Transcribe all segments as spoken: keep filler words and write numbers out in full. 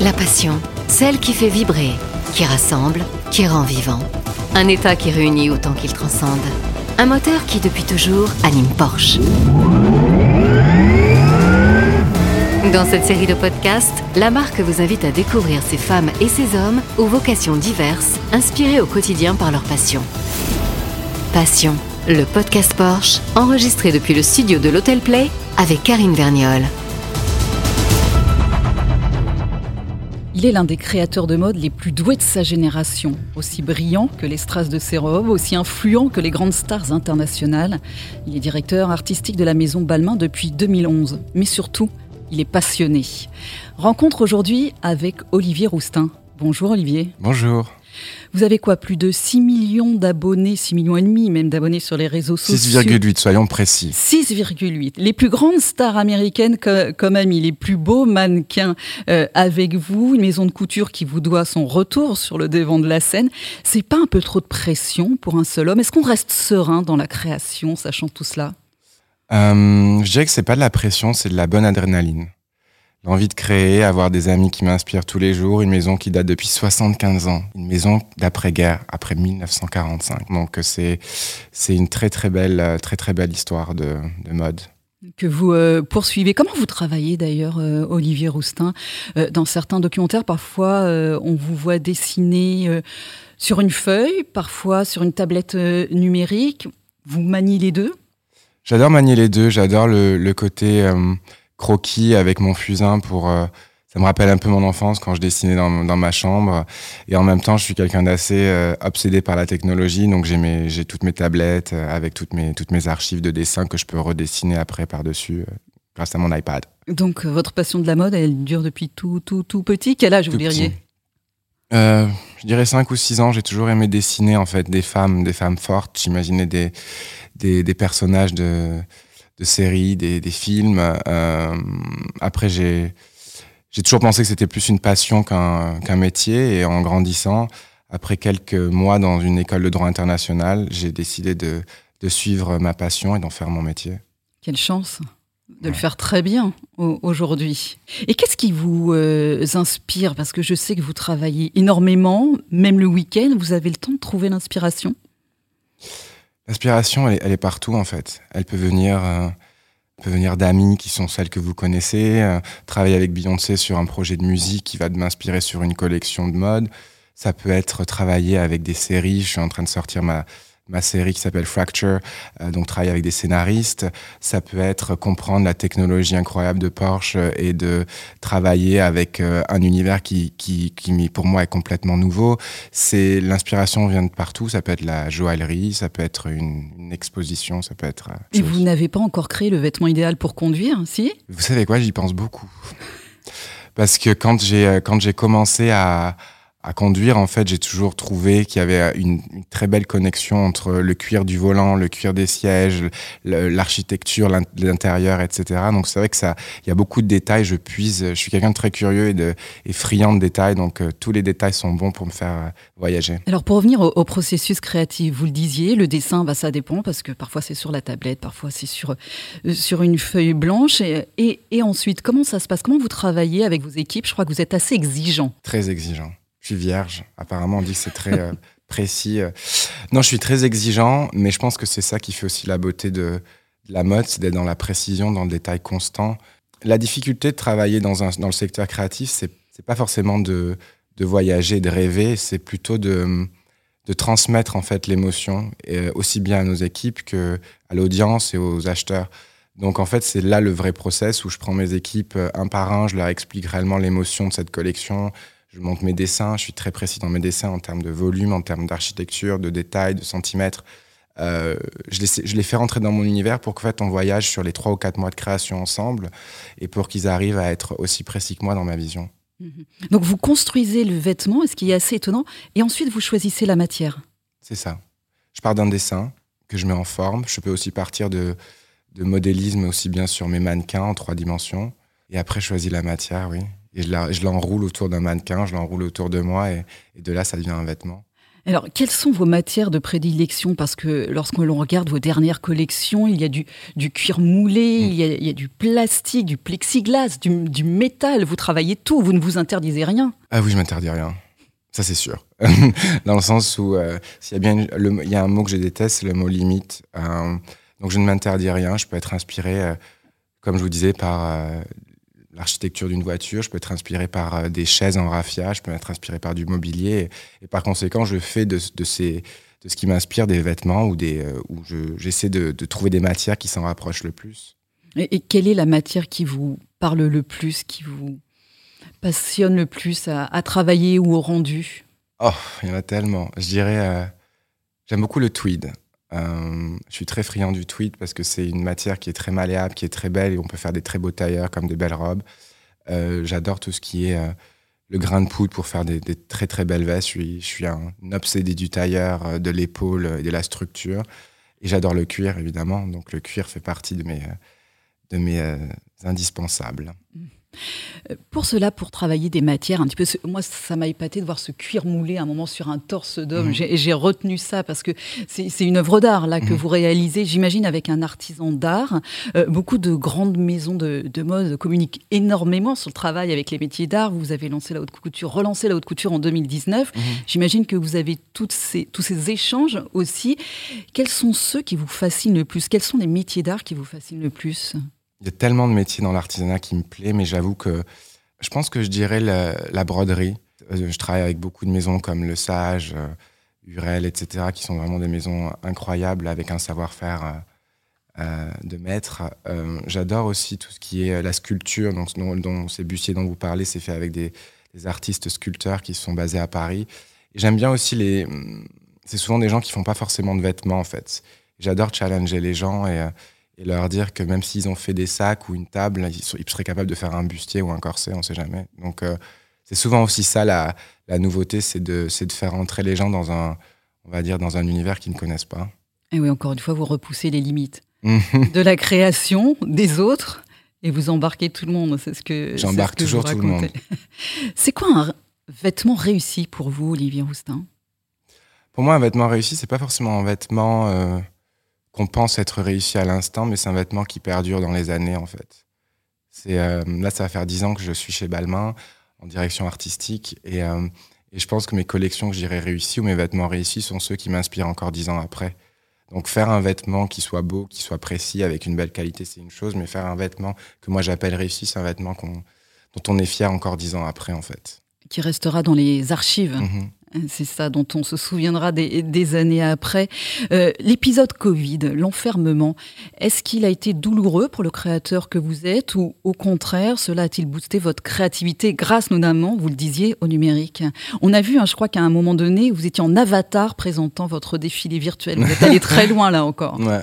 La passion, celle qui fait vibrer, qui rassemble, qui rend vivant. Un état qui réunit autant qu'il transcende. Un moteur qui, depuis toujours, anime Porsche. Dans cette série de podcasts, la marque vous invite à découvrir ces femmes et ces hommes aux vocations diverses, inspirés au quotidien par leur passion. Passion, le podcast Porsche, enregistré depuis le studio de l'Hôtel Play avec Karine Verniol. Il est l'un des créateurs de mode les plus doués de sa génération, aussi brillant que les strass de ses robes, aussi influent que les grandes stars internationales. Il est directeur artistique de la maison Balmain depuis deux mille onze, mais surtout, il est passionné. Rencontre aujourd'hui avec Olivier Rousteing. Bonjour Olivier. Bonjour. Vous avez quoi, plus de six millions d'abonnés, six millions et demi même d'abonnés sur les réseaux sociaux. six virgule huit, soyons précis. six virgule huit. Les plus grandes stars américaines comme, comme amis, les plus beaux mannequins euh, avec vous, une maison de couture qui vous doit son retour sur le devant de la scène. C'est pas un peu trop de pression pour un seul homme ? Est-ce qu'on reste serein dans la création, sachant tout cela ? euh, Je dirais que c'est pas de la pression, c'est de la bonne adrénaline. L'envie de créer, avoir des amis qui m'inspirent tous les jours, une maison qui date depuis soixante-quinze ans, une maison d'après-guerre, après dix-neuf cent quarante-cinq. Donc c'est, c'est une très très belle, très très belle histoire de, de mode. Que vous euh, poursuivez. Comment vous travaillez d'ailleurs, euh, Olivier Rousteing ? euh, Dans certains documentaires, parfois, euh, on vous voit dessiner euh, sur une feuille, parfois sur une tablette euh, numérique. Vous maniez les deux ? J'adore manier les deux, j'adore le, le côté... Euh, croquis avec mon fusain pour euh, ça me rappelle un peu mon enfance quand je dessinais dans, dans ma chambre, et en même temps je suis quelqu'un d'assez euh, obsédé par la technologie, donc j'ai mes j'ai toutes mes tablettes euh, avec toutes mes toutes mes archives de dessins que je peux redessiner après par-dessus euh, grâce à mon iPad. Donc euh, votre passion de la mode, elle dure depuis tout tout tout petit. Quel âge tout vous diriez ? euh, Je dirais cinq ou six ans. J'ai toujours aimé dessiner en fait des femmes, des femmes fortes. J'imaginais des des des personnages de de séries, des, des films. Euh, après, j'ai, j'ai toujours pensé que c'était plus une passion qu'un, qu'un métier. Et en grandissant, après quelques mois dans une école de droit international, j'ai décidé de, de suivre ma passion et d'en faire mon métier. Quelle chance de ouais. le faire très bien aujourd'hui. Et qu'est-ce qui vous euh, inspire ? Parce que je sais que vous travaillez énormément, même le week-end. Vous avez le temps de trouver l'inspiration ? L'inspiration, elle est, elle est partout en fait. Elle peut venir, euh, peut venir d'amis qui sont celles que vous connaissez, euh, travailler avec Beyoncé sur un projet de musique qui va m'inspirer sur une collection de mode. Ça peut être travailler avec des séries. Je suis en train de sortir ma ma série qui s'appelle Fracture, euh, donc travailler avec des scénaristes. Ça peut être comprendre la technologie incroyable de Porsche et de travailler avec euh, un univers qui, qui, qui, pour moi, est complètement nouveau. C'est, l'inspiration vient de partout. Ça peut être la joaillerie, ça peut être une, une exposition, ça peut être... Euh, et vous n'avez pas encore créé le vêtement idéal pour conduire, si ? Vous savez quoi, j'y pense beaucoup. Parce que quand j'ai, quand j'ai commencé à... À conduire, en fait, j'ai toujours trouvé qu'il y avait une, une très belle connexion entre le cuir du volant, le cuir des sièges, le, l'architecture, l'intérieur, et cetera. Donc c'est vrai que ça, il y a beaucoup de détails. Je puise, je suis quelqu'un de très curieux et, de, et friand de détails. Donc euh, tous les détails sont bons pour me faire euh, voyager. Alors pour revenir au, au processus créatif, vous le disiez, le dessin, bah, ça dépend parce que parfois c'est sur la tablette, parfois c'est sur euh, sur une feuille blanche. Et, et, et ensuite, comment ça se passe ? Comment vous travaillez avec vos équipes ? Je crois que vous êtes assez exigeant. Très exigeant. Je suis vierge. Apparemment, on dit que c'est très euh, précis. Non, je suis très exigeant, mais je pense que c'est ça qui fait aussi la beauté de, de la mode, c'est d'être dans la précision, dans le détail constant. La difficulté de travailler dans, un, dans le secteur créatif, c'est, c'est pas forcément de, de voyager, de rêver, c'est plutôt de, de transmettre en fait l'émotion, et aussi bien à nos équipes qu'à l'audience et aux acheteurs. Donc en fait, c'est là le vrai process où je prends mes équipes un par un, je leur explique réellement l'émotion de cette collection. Je monte mes dessins, je suis très précis dans mes dessins en termes de volume, en termes d'architecture, de détails, de centimètres. Euh, je, les, je les fais rentrer dans mon univers pour qu'en fait, on voyage sur les trois ou quatre mois de création ensemble et pour qu'ils arrivent à être aussi précis que moi dans ma vision. Donc vous construisez le vêtement, ce qui est assez étonnant, et ensuite vous choisissez la matière. C'est ça. Je pars d'un dessin que je mets en forme. Je peux aussi partir de, de modélisme aussi bien sur mes mannequins en trois dimensions. Et après, je choisis la matière, oui. Et je, la, je l'enroule autour d'un mannequin, je l'enroule autour de moi et, et de là, ça devient un vêtement. Alors, quelles sont vos matières de prédilection? Parce que lorsque l'on regarde vos dernières collections, il y a du, du cuir moulé, mmh. il, y a, il y a du plastique, du plexiglas, du, du métal. Vous travaillez tout, vous ne vous interdisez rien. Ah oui, je m'interdis rien. Ça, c'est sûr. Dans le sens où euh, s'il y a bien une, le, il y a un mot que je déteste, c'est le mot limite. Euh, donc, je ne m'interdis rien. Je peux être inspiré, euh, comme je vous disais, par euh, l'architecture d'une voiture. Je peux être inspiré par euh, des chaises en raffia. Je peux être inspiré par du mobilier. Et, et par conséquent, je fais de, de, ces, de ce qui m'inspire des vêtements ou des, euh, où je, j'essaie de, de trouver des matières qui s'en rapprochent le plus. Et, et quelle est la matière qui vous parle le plus, qui vous passionne le plus à, à travailler ou au rendu? Oh, il y en a tellement. Je dirais, euh, j'aime beaucoup le tweed. Euh, je suis très friand du tweed parce que c'est une matière qui est très malléable, qui est très belle et on peut faire des très beaux tailleurs comme de belles robes. Euh, j'adore tout ce qui est euh, le grain de poudre pour faire des, des très très belles vestes. Je suis, je suis un obsédé du tailleur, euh, de l'épaule et de la structure. Et j'adore le cuir évidemment. Donc le cuir fait partie de mes, euh, de mes euh, indispensables. Pour cela, pour travailler des matières un petit peu, moi ça m'a épaté de voir ce cuir moulé à un moment sur un torse d'homme. Mmh. J'ai, j'ai retenu ça parce que c'est, c'est une œuvre d'art là que mmh. vous réalisez, j'imagine avec un artisan d'art. Euh, beaucoup de grandes maisons de, de mode communiquent énormément sur le travail avec les métiers d'art. Vous avez lancé la haute couture, relancé la haute couture en deux mille dix-neuf. Mmh. J'imagine que vous avez toutes ces, tous ces échanges aussi. Quels sont ceux qui vous fascinent le plus? Quels sont les métiers d'art qui vous fascinent le plus? Il y a tellement de métiers dans l'artisanat qui me plaît, mais j'avoue que je pense que je dirais la, la broderie. Je travaille avec beaucoup de maisons comme Le Sage, euh, Hurel, et cetera, qui sont vraiment des maisons incroyables avec un savoir-faire euh, euh, de maître. Euh, j'adore aussi tout ce qui est la sculpture, donc, dont, dont ces bustiers dont vous parlez, c'est fait avec des, des artistes sculpteurs qui sont basés à Paris. Et j'aime bien aussi les... C'est souvent des gens qui font pas forcément de vêtements, en fait. J'adore challenger les gens et... et leur dire que même s'ils ont fait des sacs ou une table, ils, sont, ils seraient capables de faire un bustier ou un corset, on ne sait jamais. Donc, euh, c'est souvent aussi ça, la, la nouveauté, c'est de, c'est de faire entrer les gens dans un, on va dire, dans un univers qu'ils ne connaissent pas. Et oui, encore une fois, vous repoussez les limites de la création des autres et vous embarquez tout le monde. C'est ce que J'embarque c'est ce que toujours tout le monde. C'est quoi un vêtement réussi pour vous, Olivier Roustin? Pour moi, un vêtement réussi, c'est pas forcément un vêtement... Euh, qu'on pense être réussi à l'instant, mais c'est un vêtement qui perdure dans les années, en fait. C'est, euh, là, ça va faire dix ans que je suis chez Balmain, en direction artistique, et, euh, et je pense que mes collections que je dirais réussies, ou mes vêtements réussis, sont ceux qui m'inspirent encore dix ans après. Donc faire un vêtement qui soit beau, qui soit précis, avec une belle qualité, c'est une chose, mais faire un vêtement que moi j'appelle réussi, c'est un vêtement qu'on, dont on est fier encore dix ans après, en fait. Qui restera dans les archives. Mmh. C'est ça dont on se souviendra des, des années après. Euh, l'épisode Covid, l'enfermement, est-ce qu'il a été douloureux pour le créateur que vous êtes ou au contraire, cela a-t-il boosté votre créativité grâce notamment, vous le disiez, au numérique? On a vu, hein, je crois qu'à un moment donné, vous étiez en avatar présentant votre défilé virtuel. Vous êtes allé très loin là encore. Ouais.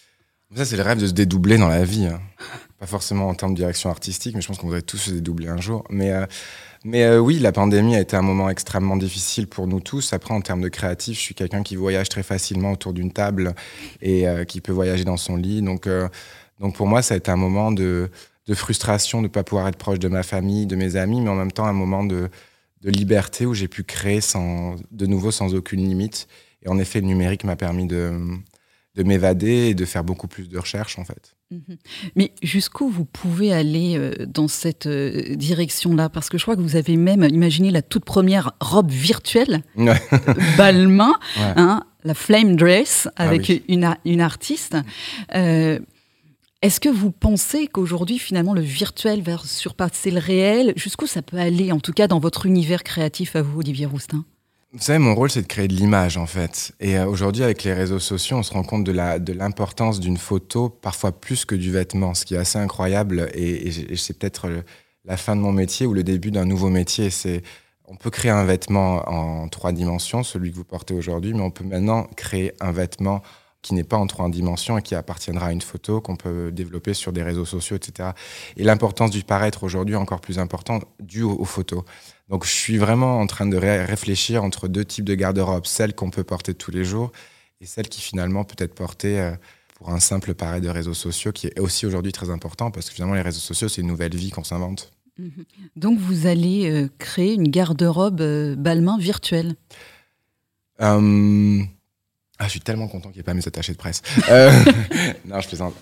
Ça, c'est le rêve de se dédoubler dans la vie. Hein. Pas forcément en termes de direction artistique, mais je pense qu'on voudrait tous se dédoubler un jour. Mais... Euh... Mais euh, oui, la pandémie a été un moment extrêmement difficile pour nous tous. Après, en termes de créatif, je suis quelqu'un qui voyage très facilement autour d'une table et euh, qui peut voyager dans son lit. Donc, euh, donc pour moi, ça a été un moment de, de frustration de ne pas pouvoir être proche de ma famille, de mes amis, mais en même temps un moment de, de liberté où j'ai pu créer sans, de nouveau sans aucune limite. Et en effet, le numérique m'a permis de, de m'évader et de faire beaucoup plus de recherches, en fait. Mais jusqu'où vous pouvez aller dans cette direction-là? Parce que je crois que vous avez même imaginé la toute première robe virtuelle, ouais. Balmain, ouais. hein, la Flame Dress, avec ah oui. une, une artiste. Euh, est-ce que vous pensez qu'aujourd'hui, finalement, le virtuel va surpasser le réel? Jusqu'où ça peut aller, en tout cas, dans votre univers créatif à vous, Olivier Roustin? Vous savez, mon rôle, c'est de créer de l'image, en fait. Et euh, aujourd'hui, avec les réseaux sociaux, on se rend compte de, la, de l'importance d'une photo, parfois plus que du vêtement, ce qui est assez incroyable. Et, et, et c'est peut-être la fin de mon métier ou le début d'un nouveau métier. C'est, on peut créer un vêtement en trois dimensions, celui que vous portez aujourd'hui, mais on peut maintenant créer un vêtement qui n'est pas en trois dimensions et qui appartiendra à une photo qu'on peut développer sur des réseaux sociaux, et cetera. Et l'importance du paraître aujourd'hui est encore plus importante due aux, aux photos. Donc, je suis vraiment en train de ré- réfléchir entre deux types de garde-robe, celle qu'on peut porter tous les jours et celle qui finalement peut être portée euh, pour un simple paraître de réseaux sociaux qui est aussi aujourd'hui très important parce que finalement, les réseaux sociaux, c'est une nouvelle vie qu'on s'invente. Donc, vous allez euh, créer une garde-robe euh, Balmain virtuelle? Euh... Ah, je suis tellement content qu'il n'y ait pas mes attachés de presse. Euh... non, je plaisante.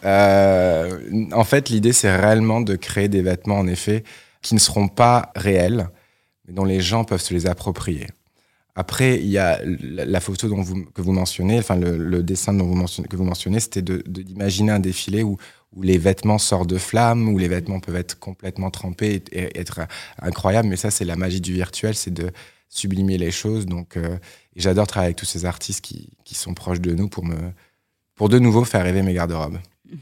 Euh... En fait, l'idée, c'est réellement de créer des vêtements, en effet, qui ne seront pas réels, mais dont les gens peuvent se les approprier. Après, il y a la photo dont vous, que vous mentionnez, enfin le, le dessin dont vous mentionnez, que vous mentionnez, c'était de, de, d'imaginer un défilé où, où les vêtements sortent de flammes, où les vêtements peuvent être complètement trempés et, et être incroyables. Mais ça, c'est la magie du virtuel, c'est de sublimer les choses. Donc, euh, et j'adore travailler avec tous ces artistes qui, qui sont proches de nous pour, me, pour de nouveau faire rêver mes garde-robes.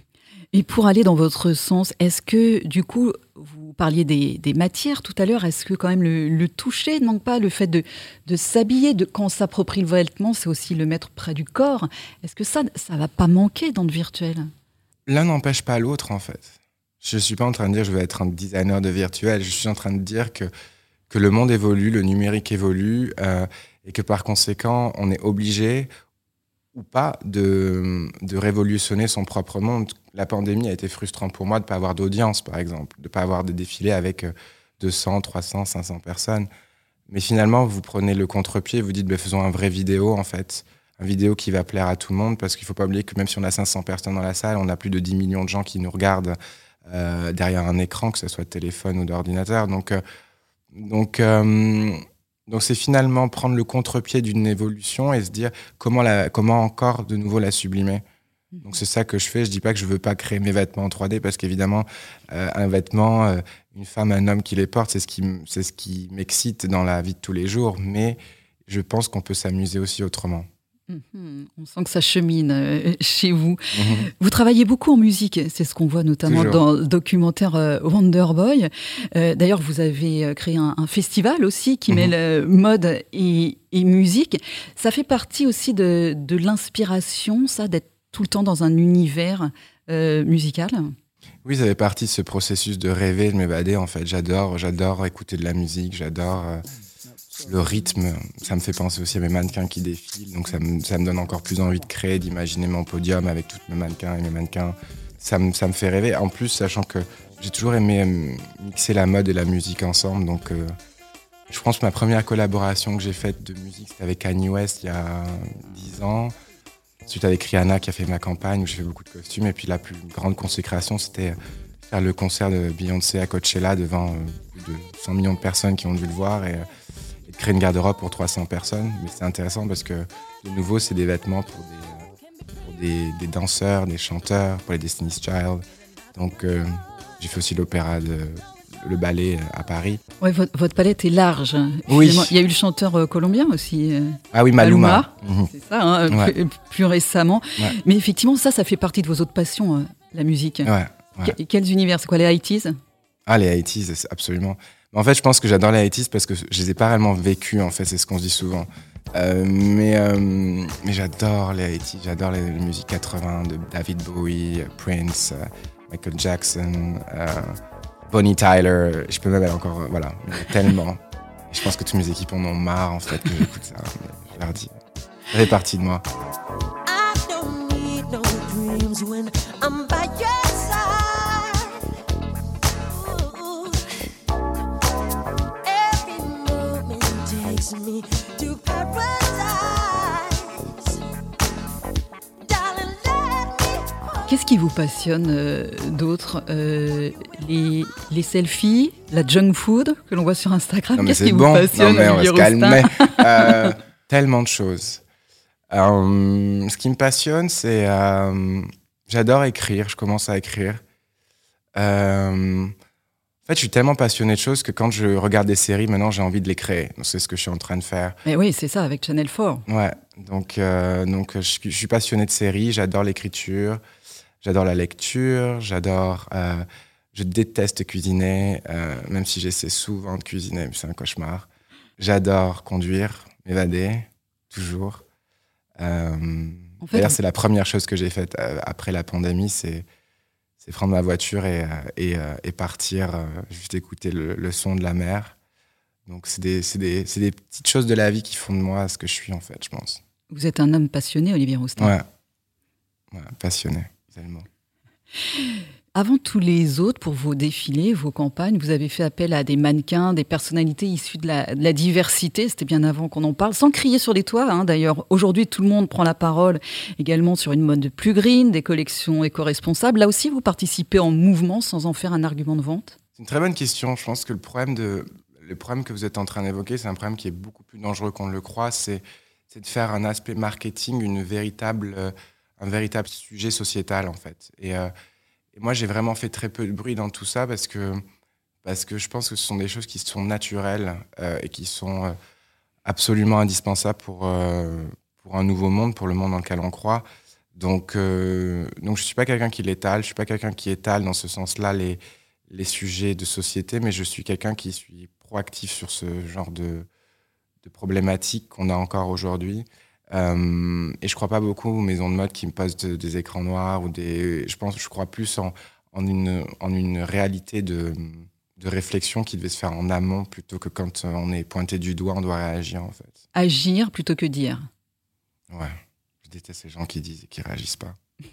Et pour aller dans votre sens, est-ce que, du coup, vous parliez des, des matières tout à l'heure, est-ce que quand même le, le toucher ne manque pas, le fait de, de s'habiller, de, quand on s'approprie le vêtement, c'est aussi le mettre près du corps. Est-ce que ça, ça ne va pas manquer dans le virtuel ? L'un n'empêche pas l'autre, en fait. Je ne suis pas en train de dire que je vais être un designer de virtuel, je suis en train de dire que, que le monde évolue, le numérique évolue, euh, et que par conséquent, on est obligé ou pas de, de révolutionner son propre monde. La pandémie a été frustrante pour moi de ne pas avoir d'audience, par exemple, de ne pas avoir de défilé avec deux cents, trois cents, cinq cents personnes. Mais finalement, vous prenez le contre-pied et vous dites bah, faisons un vrai vidéo, en fait. Un vidéo qui va plaire à tout le monde, parce qu'il ne faut pas oublier que même si on a cinq cents personnes dans la salle, on a plus de dix millions de gens qui nous regardent euh, derrière un écran, que ce soit de téléphone ou d'ordinateur. Donc, euh, donc euh, Donc c'est finalement prendre le contre-pied d'une évolution et se dire comment, la, comment encore de nouveau la sublimer. Donc c'est ça que je fais. Je dis pas que je veux pas créer mes vêtements en trois D parce qu'évidemment euh, un vêtement, euh, une femme, un homme qui les porte, c'est ce qui, c'est ce qui m'excite dans la vie de tous les jours. Mais je pense qu'on peut s'amuser aussi autrement. Mmh, on sent que ça chemine euh, chez vous. Mmh. Vous travaillez beaucoup en musique, c'est ce qu'on voit notamment Toujours. Dans le documentaire euh, Wonder Boy. Euh, d'ailleurs, vous avez créé un, un festival aussi qui mmh. mêle euh, mode et, et musique. Ça fait partie aussi de, de l'inspiration, ça, d'être tout le temps dans un univers euh, musical ? Oui, ça fait partie de ce processus de rêver, de m'évader. En fait, j'adore, j'adore écouter de la musique, j'adore... Euh... Le rythme, ça me fait penser aussi à mes mannequins qui défilent, donc ça me, ça me donne encore plus envie de créer, d'imaginer mon podium avec tous mes mannequins et mes mannequins. Ça me, ça me fait rêver, en plus, sachant que j'ai toujours aimé mixer la mode et la musique ensemble. Donc, euh, je pense que ma première collaboration que j'ai faite de musique, c'était avec Kanye West il y a dix ans. Ensuite, avec Rihanna qui a fait ma campagne, où j'ai fait beaucoup de costumes. Et puis, la plus grande consécration, c'était faire le concert de Beyoncé à Coachella devant plus de cent millions de personnes qui ont dû le voir. Et, et de créer une garde-robe pour trois cents personnes. Mais c'est intéressant parce que, de nouveau, c'est des vêtements pour des, pour des, des danseurs, des chanteurs, pour les Destiny's Child. Donc, euh, j'ai fait aussi l'opéra, de, le ballet à Paris. Ouais, votre, votre palette est large. Oui. Il y a eu le chanteur euh, colombien aussi. Euh, ah oui, Maluma. Maluma. Mmh. C'est ça, hein, ouais. plus, plus récemment. Ouais. Mais effectivement, ça, ça fait partie de vos autres passions, euh, la musique. Ouais. ouais. Que, quels univers? C'est quoi, les eighties? Ah, les eighties, absolument. En fait, je pense que j'adore les eighties parce que je les ai pas réellement vécus, en fait, c'est ce qu'on se dit souvent. Euh, mais, euh, mais j'adore les eighties, j'adore les, les musiques quatre-vingts de David Bowie, Prince, euh, Michael Jackson, euh, Bonnie Tyler. Je peux même aller encore, euh, voilà, tellement. Et je pense que toutes mes équipes en ont marre, en fait, que j'écoute ça. Je leur dis, ça fait partie de moi. I don't need no dreams when I'm by your side. Qu'est-ce qui vous passionne euh, d'autre euh, les, les selfies, la junk food que l'on voit sur Instagram? Qu'est-ce qui bon. vous passionne? Non mais on va se calmer. euh, tellement de choses. Euh, ce qui me passionne, c'est... Euh, j'adore écrire, je commence à écrire. Euh, en fait, je suis tellement passionné de choses que quand je regarde des séries, maintenant, j'ai envie de les créer. Donc, c'est ce que je suis en train de faire. Mais oui, c'est ça, avec Channel quatre. Ouais, donc, euh, donc je, je suis passionné de séries, j'adore l'écriture. J'adore la lecture, j'adore... Euh, je déteste cuisiner, euh, même si j'essaie souvent de cuisiner, mais c'est un cauchemar. J'adore conduire, m'évader, toujours. Euh, en fait, d'ailleurs, c'est la première chose que j'ai faite euh, après la pandémie, c'est, c'est prendre ma voiture et, euh, et, euh, et partir, euh, juste écouter le, le son de la mer. Donc, c'est des, c'est, des, c'est des petites choses de la vie qui font de moi ce que je suis, en fait, je pense. Vous êtes un homme passionné, Olivier Rousteing. Ouais, ouais passionné. Avant tous les autres, pour vos défilés, vos campagnes, vous avez fait appel à des mannequins, des personnalités issues de la, de la diversité. C'était bien avant qu'on en parle, sans crier sur les toits. Hein, d'ailleurs, aujourd'hui, tout le monde prend la parole également sur une mode plus green, des collections éco-responsables. Là aussi, vous participez en mouvement sans en faire un argument de vente ? C'est une très bonne question. Je pense que le problème, de, le problème que vous êtes en train d'évoquer, c'est un problème qui est beaucoup plus dangereux qu'on ne le croit. C'est, c'est de faire un aspect marketing une véritable, euh, un véritable sujet sociétal, en fait. Et... Euh, Et moi, j'ai vraiment fait très peu de bruit dans tout ça parce que, parce que je pense que ce sont des choses qui sont naturelles euh, et qui sont euh, absolument indispensables pour, euh, pour un nouveau monde, pour le monde dans lequel on croit. Donc, euh, donc je ne suis pas quelqu'un qui l'étale, je ne suis pas quelqu'un qui étale dans ce sens-là les, les sujets de société, mais je suis quelqu'un qui suis proactif sur ce genre de, de problématiques qu'on a encore aujourd'hui. Euh, et je crois pas beaucoup aux maisons de mode qui me posent de, des écrans noirs ou des. Je pense, je crois plus en, en une en une réalité de de réflexion qui devait se faire en amont plutôt que quand on est pointé du doigt, on doit réagir en fait. Agir plutôt que dire. Ouais, je déteste ces gens qui disent et qui réagissent pas.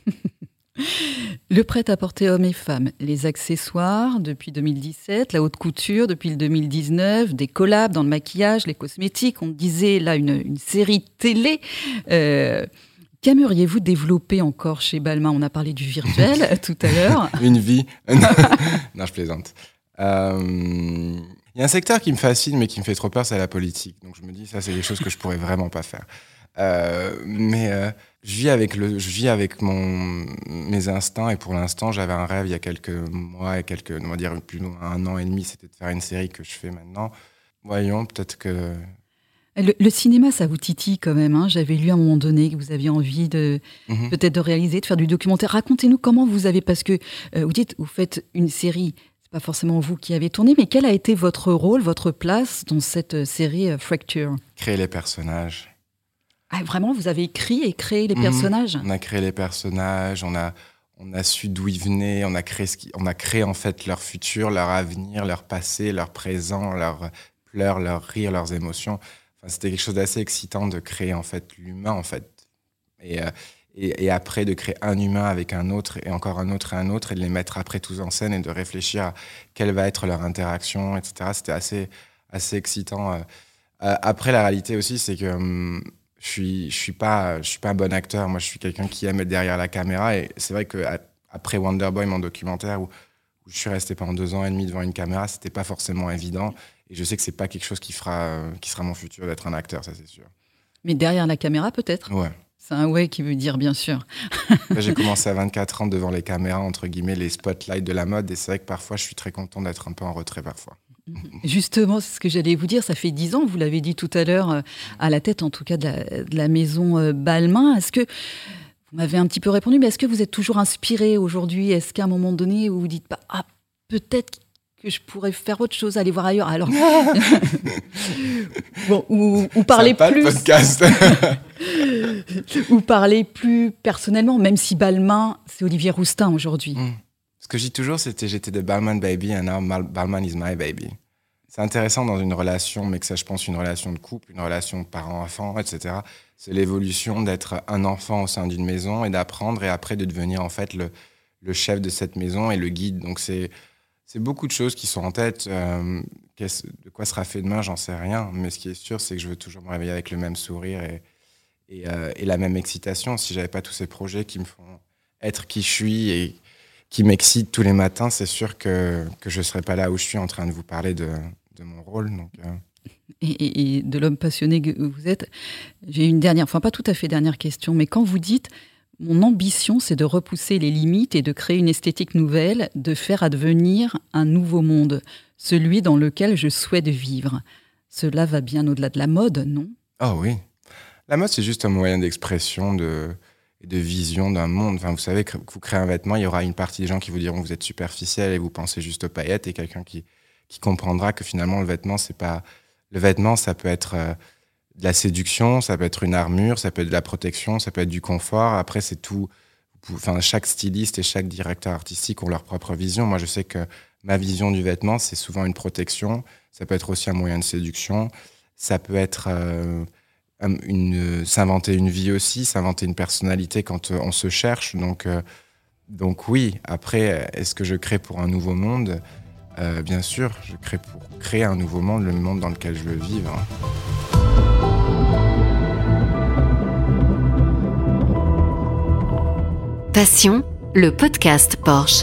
Le prêt-à-porter hommes et femmes, les accessoires depuis deux mille dix-sept, la haute couture depuis le deux mille dix-neuf, des collabs dans le maquillage, les cosmétiques, on disait là une, une série télé. Euh, qu'aimeriez-vous développer encore chez Balmain ? On a parlé du virtuel tout à l'heure. Une vie. Non, je plaisante. Euh, il y a un secteur qui me fascine mais qui me fait trop peur, c'est la politique. Donc je me dis, ça c'est des choses que je pourrais vraiment pas faire. Euh, mais euh, je vis avec le, je vis avec mon mes instincts et pour l'instant j'avais un rêve il y a quelques mois et quelques, on va dire plus ou moins un an et demi, c'était de faire une série que je fais maintenant. Voyons, peut-être que le, le cinéma ça vous titille quand même. Hein. J'avais lu à un moment donné que vous aviez envie de mm-hmm. peut-être de réaliser, de faire du documentaire. Racontez-nous comment vous avez, parce que euh, vous dites vous faites une série. C'est pas forcément vous qui avez tourné, mais quel a été votre rôle, votre place dans cette série euh, Fracture ? Créer les personnages. Ah, vraiment, vous avez écrit et créé les personnages ? Mmh, on a créé les personnages, on a, on a su d'où ils venaient, on a créé, ce qui, on a créé en fait leur futur, leur avenir, leur passé, leur présent, leurs pleurs, leurs rires, leurs émotions. Enfin, c'était quelque chose d'assez excitant de créer en fait l'humain en fait, et, euh, et, et après de créer un humain avec un autre et encore un autre et un autre et de les mettre après tous en scène et de réfléchir à quelle va être leur interaction, et cetera. C'était assez, assez excitant. Euh, après, la réalité aussi, c'est que hum, Je suis, je suis pas, je suis pas un bon acteur. Moi, je suis quelqu'un qui aime être derrière la caméra. Et c'est vrai que après Wonderboy, mon documentaire, où, où je suis resté pendant deux ans et demi devant une caméra, c'était pas forcément évident. Et je sais que c'est pas quelque chose qui fera, qui sera mon futur d'être un acteur, ça c'est sûr. Mais derrière la caméra, peut-être. Ouais. C'est un ouais qui veut dire bien sûr. Là, j'ai commencé à vingt-quatre ans devant les caméras, entre guillemets, les spotlights de la mode. Et c'est vrai que parfois, je suis très content d'être un peu en retrait parfois. Justement, c'est ce que j'allais vous dire, ça fait dix ans, vous l'avez dit tout à l'heure, à la tête en tout cas de la, de la maison Balmain. Est-ce que, vous m'avez un petit peu répondu, mais est-ce que vous êtes toujours inspiré aujourd'hui ? Est-ce qu'à un moment donné, vous vous dites pas, ah, peut-être que je pourrais faire autre chose, aller voir ailleurs. Alors, bon, ou, ou parler pas plus. Le podcast. Ou parler plus personnellement, même si Balmain, c'est Olivier Rousteing aujourd'hui. Mmh. Ce que je dis toujours, c'était j'étais the Balmain baby and now Balmain is my baby. C'est intéressant dans une relation, mais que ça, je pense, une relation de couple, une relation parent-enfant, et cetera. C'est l'évolution d'être un enfant au sein d'une maison et d'apprendre et après de devenir en fait le, le chef de cette maison et le guide. Donc c'est, c'est beaucoup de choses qui sont en tête. Euh, de quoi sera fait demain, j'en sais rien. Mais ce qui est sûr, c'est que je veux toujours me réveiller avec le même sourire et, et, euh, et la même excitation. Si j'avais pas tous ces projets qui me font être qui je suis et qui m'excitent tous les matins, c'est sûr que, que je serais pas là où je suis en train de vous parler de, de mon rôle. Donc, euh... et, et, et de l'homme passionné que vous êtes, j'ai une dernière, enfin pas tout à fait dernière question, mais quand vous dites « Mon ambition, c'est de repousser les limites et de créer une esthétique nouvelle, de faire advenir un nouveau monde, celui dans lequel je souhaite vivre. » Cela va bien au-delà de la mode, non ? Oh oui. La mode, c'est juste un moyen d'expression, de, de vision d'un monde. Enfin, vous savez, que vous créez un vêtement, il y aura une partie des gens qui vous diront que vous êtes superficiel et vous pensez juste aux paillettes, et quelqu'un qui, qui comprendra que finalement, le vêtement, c'est pas... Le vêtement, ça peut être euh, de la séduction, ça peut être une armure, ça peut être de la protection, ça peut être du confort. Après, c'est tout... Enfin, chaque styliste et chaque directeur artistique ont leur propre vision. Moi, je sais que ma vision du vêtement, c'est souvent une protection. Ça peut être aussi un moyen de séduction. Ça peut être... Euh, Une, s'inventer une vie aussi, s'inventer une personnalité quand euh, on se cherche. Donc, euh, donc oui, après, est-ce que je crée pour un nouveau monde ? euh, Bien sûr, je crée pour créer un nouveau monde, le monde dans lequel je veux vivre. Passion, le podcast Porsche.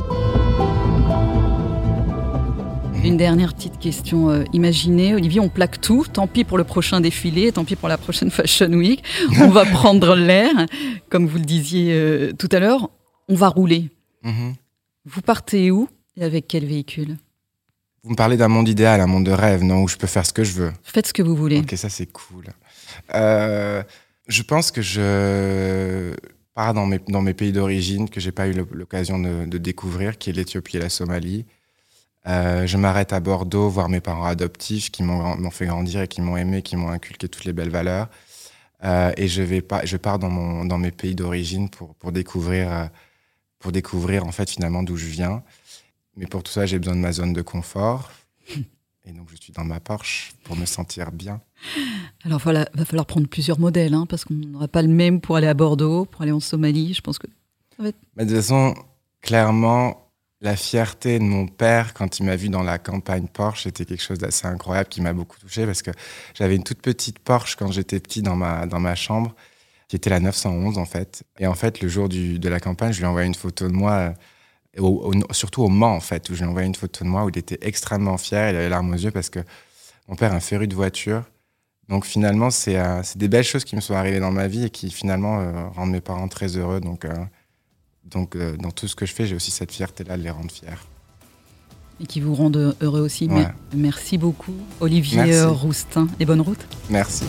Une dernière petite question. Euh, imaginez, Olivier, on plaque tout. Tant pis pour le prochain défilé, tant pis pour la prochaine Fashion Week. On va prendre l'air. Comme vous le disiez euh, tout à l'heure, on va rouler. Mm-hmm. Vous partez où et avec quel véhicule ? Vous me parlez d'un monde idéal, un monde de rêve, non, où je peux faire ce que je veux. Faites ce que vous voulez. Ok, ça c'est cool. Euh, je pense que je pars dans mes, dans mes pays d'origine que j'ai pas eu l'occasion de, de découvrir, qui est l'Éthiopie et la Somalie. Euh, je m'arrête à Bordeaux, voir mes parents adoptifs qui m'ont, m'ont fait grandir et qui m'ont aimé, qui m'ont inculqué toutes les belles valeurs. Euh, et je, vais pas, je pars dans, mon, dans mes pays d'origine pour, pour, découvrir, euh, pour découvrir en fait finalement d'où je viens. Mais pour tout ça, j'ai besoin de ma zone de confort. Et donc, je suis dans ma Porsche pour me sentir bien. Alors voilà, il va falloir prendre plusieurs modèles, hein, parce qu'on n'aura pas le même pour aller à Bordeaux, pour aller en Somalie. Je pense que ça va être... Mais de toute façon, clairement, la fierté de mon père, quand il m'a vu dans la campagne Porsche, c'était quelque chose d'assez incroyable qui m'a beaucoup touché parce que j'avais une toute petite Porsche quand j'étais petit dans ma, dans ma chambre, qui était la neuf cent onze en fait. Et en fait, le jour du, de la campagne, je lui ai envoyé une photo de moi, euh, au, au, surtout au Mans en fait, où je lui ai envoyé une photo de moi où il était extrêmement fier, il avait les larmes aux yeux parce que mon père est un féru de voiture. Donc finalement, c'est, euh, c'est des belles choses qui me sont arrivées dans ma vie et qui finalement euh, rendent mes parents très heureux. Donc... Euh, Donc, euh, dans tout ce que je fais, j'ai aussi cette fierté-là de les rendre fiers. Et qui vous rendent heureux aussi. Ouais. Merci beaucoup, Olivier Merci. Roustin. Et bonne route. Merci.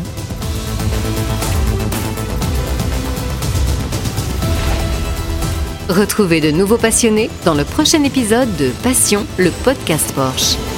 Retrouvez de nouveaux passionnés dans le prochain épisode de Passion, le podcast Porsche.